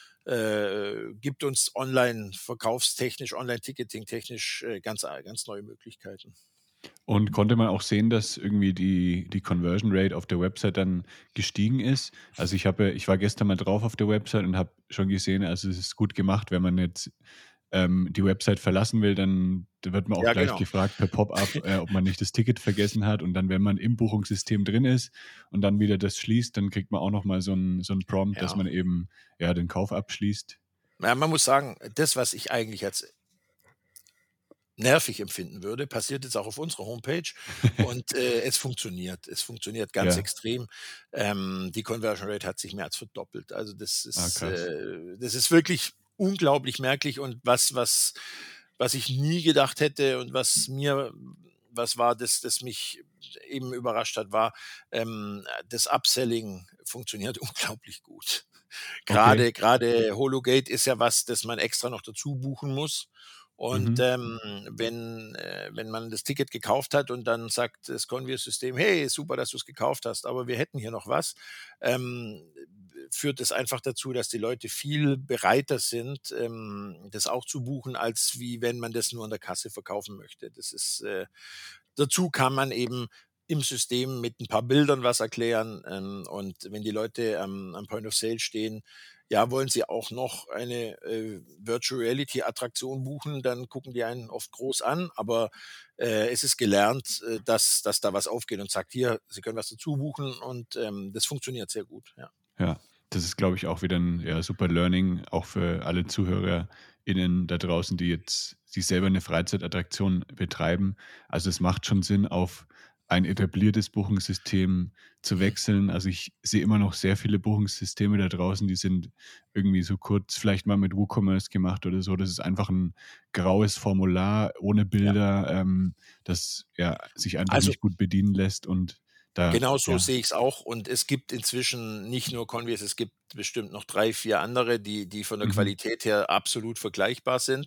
äh, gibt uns online verkaufstechnisch, online-ticketing-technisch äh, ganz, ganz neue Möglichkeiten. Und konnte man auch sehen, dass irgendwie die, die Conversion Rate auf der Website dann gestiegen ist? Also ich habe, ich war gestern mal drauf auf der Website und habe schon gesehen, also es ist gut gemacht. Wenn man jetzt ähm, die Website verlassen will, dann wird man auch Ja, gleich genau. gefragt per Pop-up, äh, ob man nicht das Ticket vergessen hat. Und dann, wenn man im Buchungssystem drin ist und dann wieder das schließt, dann kriegt man auch nochmal so ein, so ein Prompt, dass Ja. man eben ja, den Kauf abschließt. Ja, man muss sagen, das, was ich eigentlich als nervig empfinden würde, passiert jetzt auch auf unserer Homepage, und äh, es funktioniert. Es funktioniert ganz Ja, extrem. Ähm, die Conversion Rate hat sich mehr als verdoppelt. Also das ah, ist, krass. äh, das ist wirklich unglaublich merklich, und was, was, was ich nie gedacht hätte und was mir was war, das, das mich eben überrascht hat, war, ähm, das Upselling funktioniert unglaublich gut. Okay. Gerade gerade Hologate ist ja was, das man extra noch dazu buchen muss. Und Mhm. ähm, wenn, äh, wenn man das Ticket gekauft hat und dann sagt das Convier-System: „Hey, super, dass du es gekauft hast, aber wir hätten hier noch was“, ähm, führt es einfach dazu, dass die Leute viel bereiter sind, ähm, das auch zu buchen, als wie wenn man das nur an der Kasse verkaufen möchte. Das ist äh, dazu kann man eben im System mit ein paar Bildern was erklären, ähm, und wenn die Leute am am Point of Sale stehen, ja, wollen sie auch noch eine äh, Virtual Reality Attraktion buchen, dann gucken die einen oft groß an, aber äh, es ist gelernt, äh, dass dass da was aufgeht und sagt: „Hier, Sie können was dazu buchen“, und ähm, das funktioniert sehr gut, ja. Ja, das ist, glaube ich, auch wieder ein ja, super Learning, auch für alle ZuhörerInnen da draußen, die jetzt sich selber eine Freizeitattraktion betreiben. Also es macht schon Sinn, auf ein etabliertes Buchungssystem zu Mhm. wechseln. Also ich sehe immer noch sehr viele Buchungssysteme da draußen, die sind irgendwie so kurz vielleicht mal mit WooCommerce gemacht oder so. Das ist einfach ein graues Formular ohne Ja. Bilder, ähm, das ja sich einfach Also nicht gut bedienen lässt und da, genau so ja. sehe ich es auch, und es gibt inzwischen nicht nur Convies, es gibt bestimmt noch drei, vier andere, die die von der Mhm. Qualität her absolut vergleichbar sind.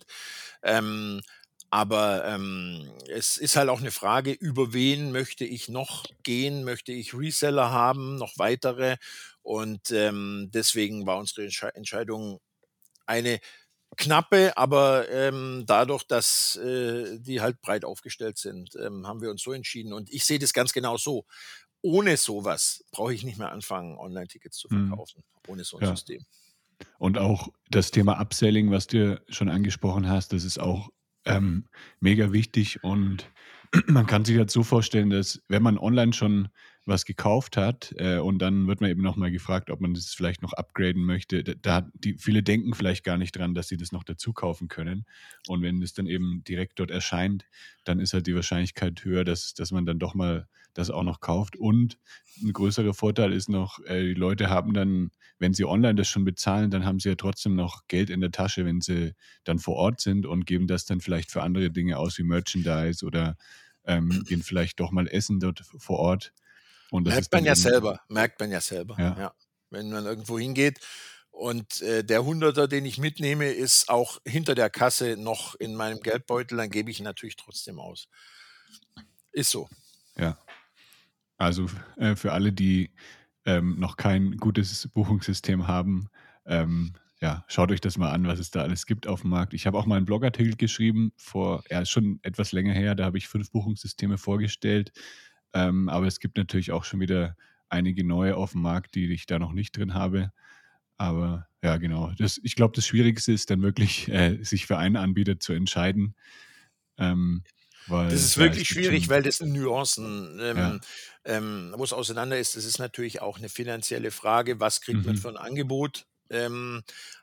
Ähm, aber, ähm, es ist halt auch eine Frage, über wen möchte ich noch gehen? Möchte ich Reseller haben, noch weitere? Und, ähm, deswegen war unsere Entschei Entscheidung eine knappe, aber, ähm, dadurch, dass, äh, die halt breit aufgestellt sind, ähm, haben wir uns so entschieden. Und ich sehe das ganz genau so. Ohne sowas brauche ich nicht mehr anfangen, Online-Tickets zu Mhm. verkaufen, ohne so 'n Ja. System. Und auch das Thema Upselling, was du ja schon angesprochen hast, das ist auch ähm, mega wichtig. Und man kann sich halt so vorstellen, dass wenn man online schon was gekauft hat, äh, und dann wird man eben noch mal gefragt, ob man das vielleicht noch upgraden möchte. Da da die viele denken vielleicht gar nicht dran, dass sie das noch dazu kaufen können. Und wenn das dann eben direkt dort erscheint, dann ist halt die Wahrscheinlichkeit höher, dass dass man dann doch mal das auch noch kauft. Und ein größerer Vorteil ist noch, äh, die Leute haben dann, wenn sie online das schon bezahlen, dann haben sie ja trotzdem noch Geld in der Tasche, wenn sie dann vor Ort sind und geben das dann vielleicht für andere Dinge aus wie Merchandise oder, ähm, gehen vielleicht doch mal essen dort vor Ort. Und das Merkt ist dann man ja eben selber, merkt man ja selber, ja, ja. Wenn man irgendwo hingeht und, äh, der Hunderter, den ich mitnehme, ist auch hinter der Kasse noch in meinem Geldbeutel, dann gebe ich ihn natürlich trotzdem aus. Ist so. ja. Also, äh, für alle, die, ähm, noch kein gutes Buchungssystem haben, ähm, ja, schaut euch das mal an, was es da alles gibt auf dem Markt. Ich habe auch mal einen Blogartikel geschrieben vor ja, ist schon etwas länger her, da habe ich fünf Buchungssysteme vorgestellt. Ähm, aber es gibt natürlich auch schon wieder einige neue auf dem Markt, die ich da noch nicht drin habe. Aber ja, genau. Das ich glaube, das Schwierigste ist dann wirklich, äh, sich für einen Anbieter zu entscheiden, ähm, Das weil, ist ja, es wirklich gibt schwierig, schon weil das sind Nuancen, ähm, ja, ähm, wo es auseinander ist. Das ist natürlich auch 'ne finanzielle Frage. Was kriegt man mhm. für 'n Angebot? Ähm,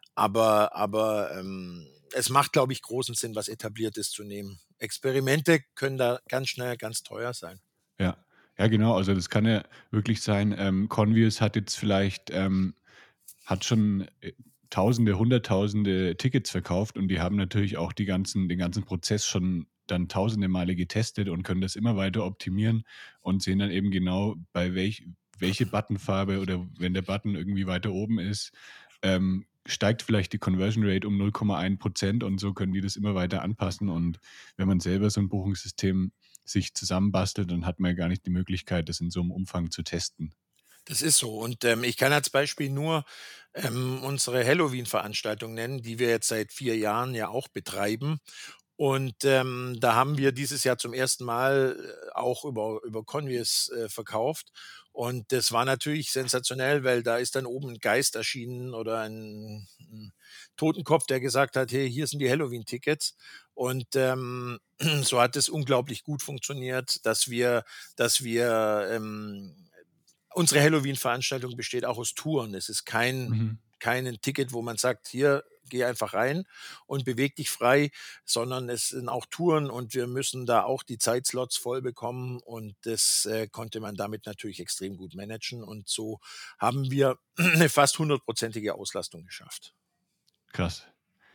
aber aber, ähm, es macht, glaube ich, großen Sinn, was Etabliertes zu nehmen. Experimente können da ganz schnell ganz teuer sein. Ja. Ja, genau. Also, das kann ja wirklich sein, ähm, Convios hat jetzt vielleicht ähm, hat schon, äh, Tausende, Hunderttausende Tickets verkauft und die haben natürlich auch die ganzen den ganzen Prozess schon dann tausende Male getestet und können das immer weiter optimieren und sehen dann eben genau, bei welch welche Buttonfarbe oder wenn der Button irgendwie weiter oben ist, ähm, steigt vielleicht die Conversion Rate um null Komma eins Prozent und so können die das immer weiter anpassen. Und wenn man selber so ein Buchungssystem sich zusammenbastelt, dann hat man ja gar nicht die Möglichkeit, das in so einem Umfang zu testen. Das ist so. Und, ähm, ich kann als Beispiel nur, ähm, unsere Halloween-Veranstaltung nennen, die wir jetzt seit vier Jahren ja auch betreiben. Und, ähm, da haben wir dieses Jahr zum ersten Mal, äh, auch über über Convies, äh, verkauft. Und das war natürlich sensationell, weil da ist dann oben 'n Geist erschienen oder ein 'n Totenkopf, der gesagt hat: „Hey, hier sind die Halloween-Tickets." Und, ähm, so hat es unglaublich gut funktioniert, dass wir dass wir, ähm unsere Halloween-Veranstaltung besteht auch aus Touren. Es ist kein Mhm. kein Ticket, wo man sagt: „Hier, geh einfach rein und beweg dich frei", sondern es sind auch Touren und wir müssen da auch die Zeitslots voll bekommen und das, äh, konnte man damit natürlich extrem gut managen und so haben wir eine fast hundertprozentige Auslastung geschafft. Krass.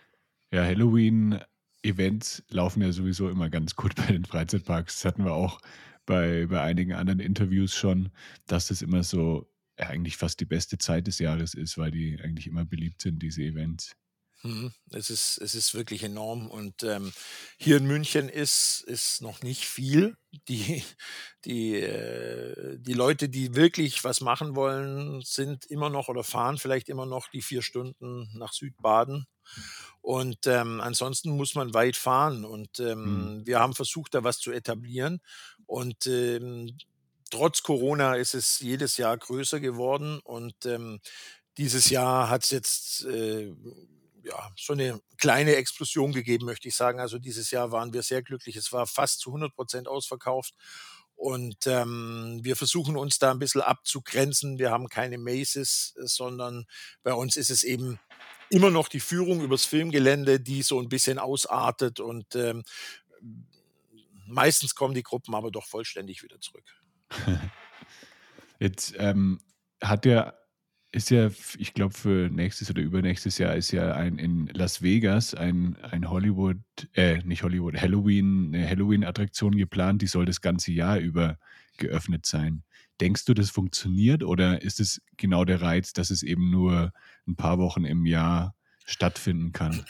Ja, Halloween-Events laufen ja sowieso immer ganz gut bei den Freizeitparks. Das hatten wir auch bei bei einigen anderen Interviews schon, dass das immer so, ja, eigentlich fast die beste Zeit des Jahres ist, weil die eigentlich immer beliebt sind, diese Events. Mhm. Es ist es ist wirklich enorm und, ähm, hier in München ist ist noch nicht viel. Die die, äh die Leute, die wirklich was machen wollen, sind immer noch oder fahren vielleicht immer noch die vier Stunden nach Südbaden und, ähm, ansonsten muss man weit fahren und, Mhm. ähm, wir haben versucht, da was zu etablieren und, ähm, trotz Corona ist es jedes Jahr größer geworden und, ähm, dieses Jahr hat es jetzt, äh, ja, so eine kleine Explosion gegeben, möchte ich sagen. Also, dieses Jahr waren wir sehr glücklich. Es war fast zu hundert Prozent ausverkauft und, ähm, wir versuchen uns da ein bisschen abzugrenzen. Wir haben keine Maces, äh, sondern bei uns ist es eben immer noch die Führung übers Filmgelände, die so ein bisschen ausartet und, ähm, meistens kommen die Gruppen aber doch vollständig wieder zurück. Jetzt, ähm, hat ja ist ja f ich glaube, für nächstes oder übernächstes Jahr ist ja ein in Las Vegas ein ein Hollywood äh, nicht Hollywood, Halloween 'ne Halloween-Attraktion geplant, die soll das ganze Jahr über geöffnet sein. Denkst du, das funktioniert oder ist es genau der Reiz, dass es eben nur ein paar Wochen im Jahr stattfinden kann?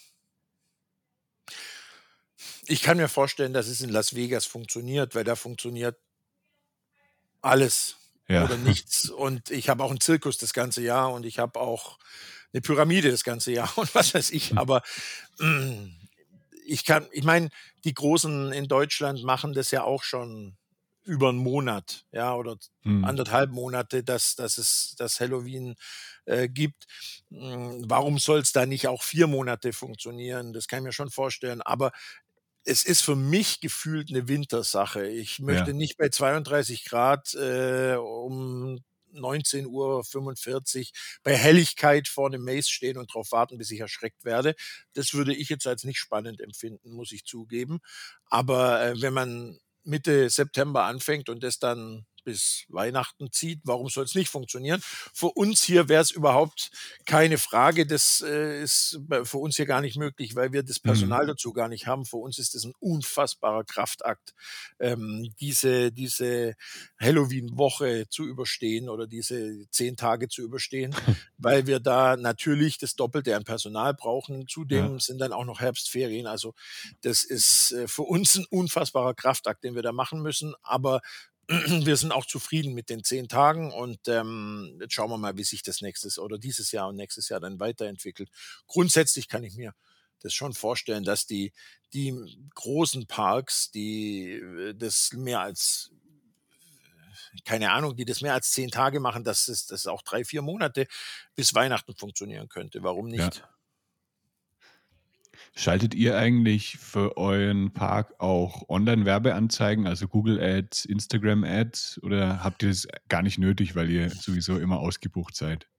Ich kann mir vorstellen, dass es in Las Vegas funktioniert, weil da funktioniert alles Ja. oder nichts. Und ich habe auch 'n Zirkus das ganze Jahr und ich habe auch 'ne Pyramide das ganze Jahr und was weiß ich. Aber, hm, ich kann ich meine, die Großen in Deutschland machen das ja auch schon über 'n Monat, ja, oder z Mhm. anderthalb Monate, dass dass es dass Halloween, äh, gibt. Hm, warum soll's da nicht auch vier Monate funktionieren? Das kann ich mir schon vorstellen. Aber es ist für mich gefühlt 'ne Wintersache. Ich möchte Ja. nicht bei zweiunddreißig Grad äh, um neunzehn Uhr fünfundvierzig bei Helligkeit vor 'nem Maze stehen und drauf warten, bis ich erschreckt werde. Das würde ich jetzt als nicht spannend empfinden, muss ich zugeben. Aber, äh, wenn man Mitte September anfängt und das dann bis Weihnachten zieht, warum soll's nicht funktionieren? Für uns hier wäre es überhaupt keine Frage. Das, äh, ist bei für uns hier gar nicht möglich, weil wir das Mhm. Personal dazu gar nicht haben. Für uns ist das 'n unfassbarer Kraftakt, ähm, diese diese Halloween-Woche zu überstehen oder diese zehn Tage zu überstehen, weil wir da natürlich das Doppelte an Personal brauchen. Zudem Ja. sind dann auch noch Herbstferien. Also, das ist, äh, für uns 'n unfassbarer Kraftakt, den wir da machen müssen. Aber wir sind auch zufrieden mit den zehn Tagen und, ähm, jetzt schauen wir mal, wie sich das nächstes oder dieses Jahr und nächstes Jahr dann weiterentwickelt. Grundsätzlich kann ich mir das schon vorstellen, dass die die großen Parks, die, äh, das mehr als keine Ahnung, die das mehr als zehn Tage machen, dass es das auch drei, vier Monate bis Weihnachten funktionieren könnte. Warum Ja. nicht? Schaltet ihr eigentlich für euren Park auch Online-Werbeanzeigen, also Google Ads, Instagram Ads oder habt ihr das gar nicht nötig, weil ihr sowieso immer ausgebucht seid?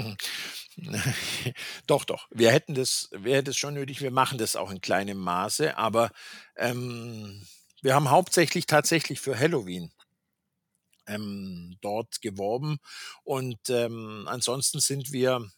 Doch, doch. Wir hätten das wir hätten das schon nötig. Wir machen das auch in kleinem Maße, aber, ähm, wir haben hauptsächlich tatsächlich für Halloween ähm, dort geworben und, ähm, ansonsten sind wir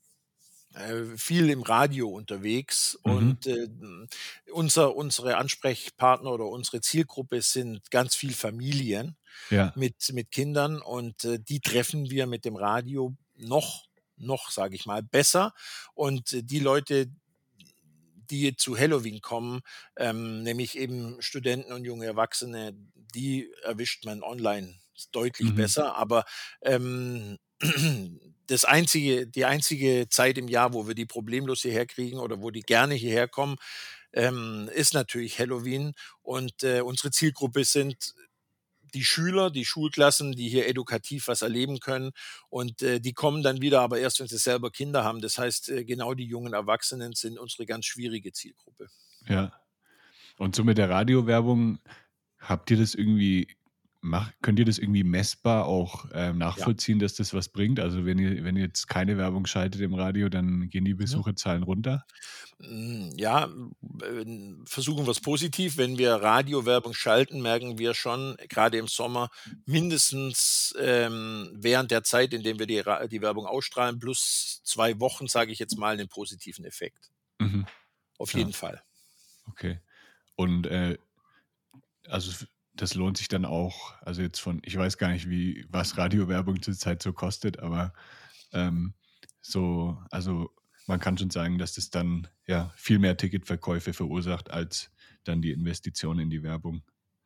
äh, viel im Radio unterwegs Mhm. und, äh, unser unsere Ansprechpartner oder unsere Zielgruppe sind ganz viel Familien Ja. mit mit Kindern und, äh, die treffen wir mit dem Radio noch noch, sage ich mal, besser. Und die Leute, die zu Halloween kommen, ähm, nämlich eben Studenten und junge Erwachsene, die erwischt man online deutlich Mhm. besser. Aber, ähm, das einzige die einzige Zeit im Jahr, wo wir die problemlos hierher kriegen oder wo die gerne hierher kommen, ähm, ist natürlich Halloween. Und, äh, unsere Zielgruppe sind die Schüler, die Schulklassen, die hier edukativ was erleben können. Und, äh, die kommen dann wieder, aber erst, wenn sie selber Kinder haben. Das heißt, äh, genau die jungen Erwachsenen sind unsere ganz schwierige Zielgruppe. Ja. Und so mit der Radiowerbung, habt ihr das irgendwie mach könnt ihr das irgendwie messbar auch, ähm, Ja. nachvollziehen, dass das was bringt? Also, wenn ihr wenn ihr jetzt keine Werbung schaltet im Radio, dann gehen die Mhm. Besucherzahlen runter? Hm, ja, ähm, versuchen wir's positiv. Wenn wir Radiowerbung schalten, merken wir schon, grade im Sommer, mindestens, ähm, während der Zeit, in dem wir die Ra die Werbung ausstrahlen, plus zwei Wochen, sage ich jetzt mal, 'nen positiven Effekt. Mhm. Auf Ja. jeden Fall. Okay. Und, äh, also f das lohnt sich dann auch also jetzt von ich weiß gar nicht, wie was Radiowerbung zurzeit so kostet, aber, ähm, so also man kann schon sagen, dass das dann, ja, viel mehr Ticketverkäufe verursacht als dann die Investition in die Werbung.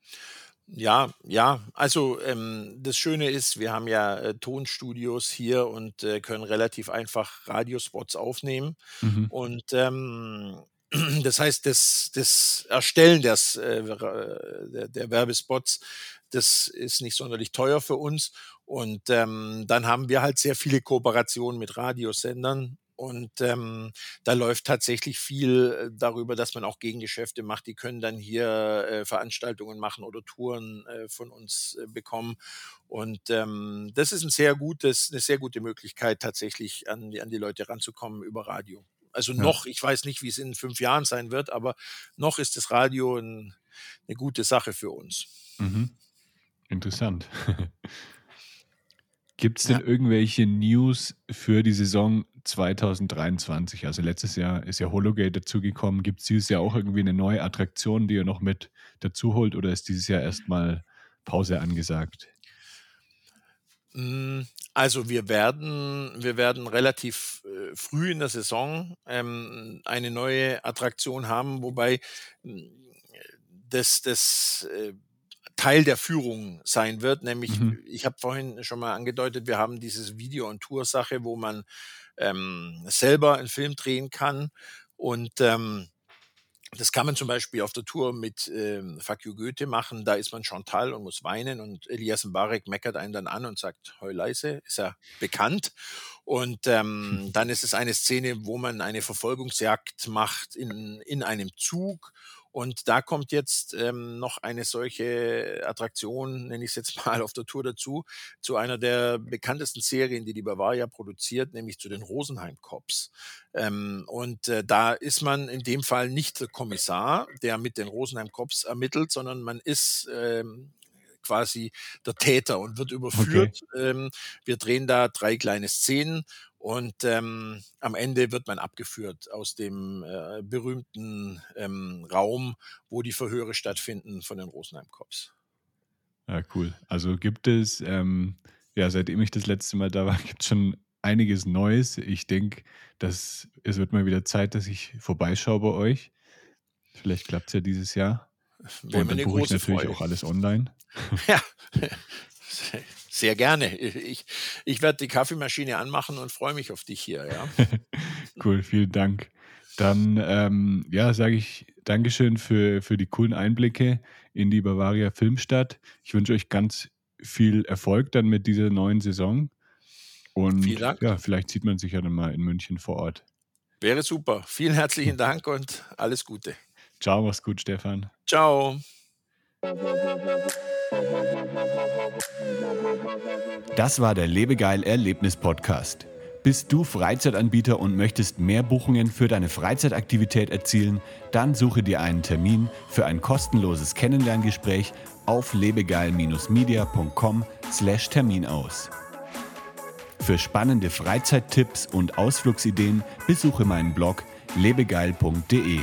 Ja, ja. Also, ähm, das Schöne ist, wir haben ja, äh, Tonstudios hier und, äh, können relativ einfach Radiospots aufnehmen. Mhm. Und, ähm, das heißt, das das Erstellen des äh, ra der der Werbespots, das ist nicht sonderlich teuer für uns. Und, ähm, dann haben wir halt sehr viele Kooperationen mit Radiosendern und, ähm, da läuft tatsächlich viel, äh, darüber, dass man auch Gegengeschäfte macht. Die können dann hier, äh, Veranstaltungen machen oder Touren, äh, von uns, äh, bekommen. Und, ähm, das ist 'n sehr gutes 'ne sehr gute Möglichkeit, tatsächlich an die an die Leute ranzukommen über Radio. Also Ja. noch, ich weiß nicht, wie's in fünf Jahren sein wird, aber noch ist das Radio 'n 'ne gute Sache für uns. Mhm. Interessant. Gibt's denn Ja. irgendwelche News für die Saison zweitausenddreiundzwanzig? Also, letztes Jahr ist ja HoloGate dazugekommen. Gibt's dieses Jahr auch irgendwie 'ne neue Attraktion, die ihr noch mit dazu holt oder ist dieses Jahr erst mal Pause angesagt? Hm, also wir werden wir werden relativ, äh, früh in der Saison, ähm, eine neue Attraktion haben, wobei, hm, das das, äh, Teil der Führung sein wird. Nämlich, Mhm. ich habe vorhin schon mal angedeutet, wir haben dieses Video on Tour Sache, wo man, ähm, selber 'n Film drehen kann. Und, ähm, das kann man zum Beispiel auf der Tour mit, ähm, Fuck you Goethe machen. Da ist man Chantal und muss weinen und Elias Mbarek meckert einen dann an und sagt: „Heul leise“, ist ja bekannt. Und, ähm, dann ist es eine Szene, wo man eine Verfolgungsjagd macht in in einem Zug Und da kommt jetzt ähm, noch eine solche Attraktion, nenne ich es jetzt mal, auf der Tour dazu, zu einer der bekanntesten Serien, die die Bavaria produziert, nämlich zu den Rosenheim Cops. Ähm, und äh, da ist man in dem Fall nicht der Kommissar, der mit den Rosenheim Cops ermittelt, sondern man ist ähm, quasi der Täter und wird Okay. überführt. Ähm, wir drehen da drei kleine Szenen und ähm, am Ende wird man abgeführt aus dem äh, berühmten ähm, Raum, wo die Verhöre stattfinden von den Rosenheim Cops. Ja, cool. Also gibt es, ähm, ja, seitdem ich das letzte Mal da war, gibt es schon einiges Neues. Ich denke, dass es wird mal wieder Zeit, dass ich vorbeischaue bei euch. Vielleicht klappt es ja dieses Jahr. Wäre Und mir dann eine buche ich große natürlich Freude. auch alles online. Ja, sehr gerne. Ich, ich werde die Kaffeemaschine anmachen und freue mich auf dich hier, ja. Cool, vielen Dank. Dann, ähm, ja, sage ich Dankeschön für, für die coolen Einblicke in die Bavaria Filmstadt. Ich wünsche euch ganz viel Erfolg dann mit dieser neuen Saison. Vielen Und Dank. ja, vielleicht sieht man sich ja dann mal in München vor Ort. Wäre super. Vielen herzlichen Dank und alles Gute. Ciao, mach's gut, Stefan. Ciao. Das war der Lebegeil Erlebnis Podcast. Bist du Freizeitanbieter und möchtest mehr Buchungen für deine Freizeitaktivität erzielen? Dann suche dir einen Termin für ein kostenloses Kennenlerngespräch auf lebegeil-media punkt com slash Termin aus. Für spannende Freizeittipps und Ausflugsideen besuche meinen Blog lebegeil punkt de.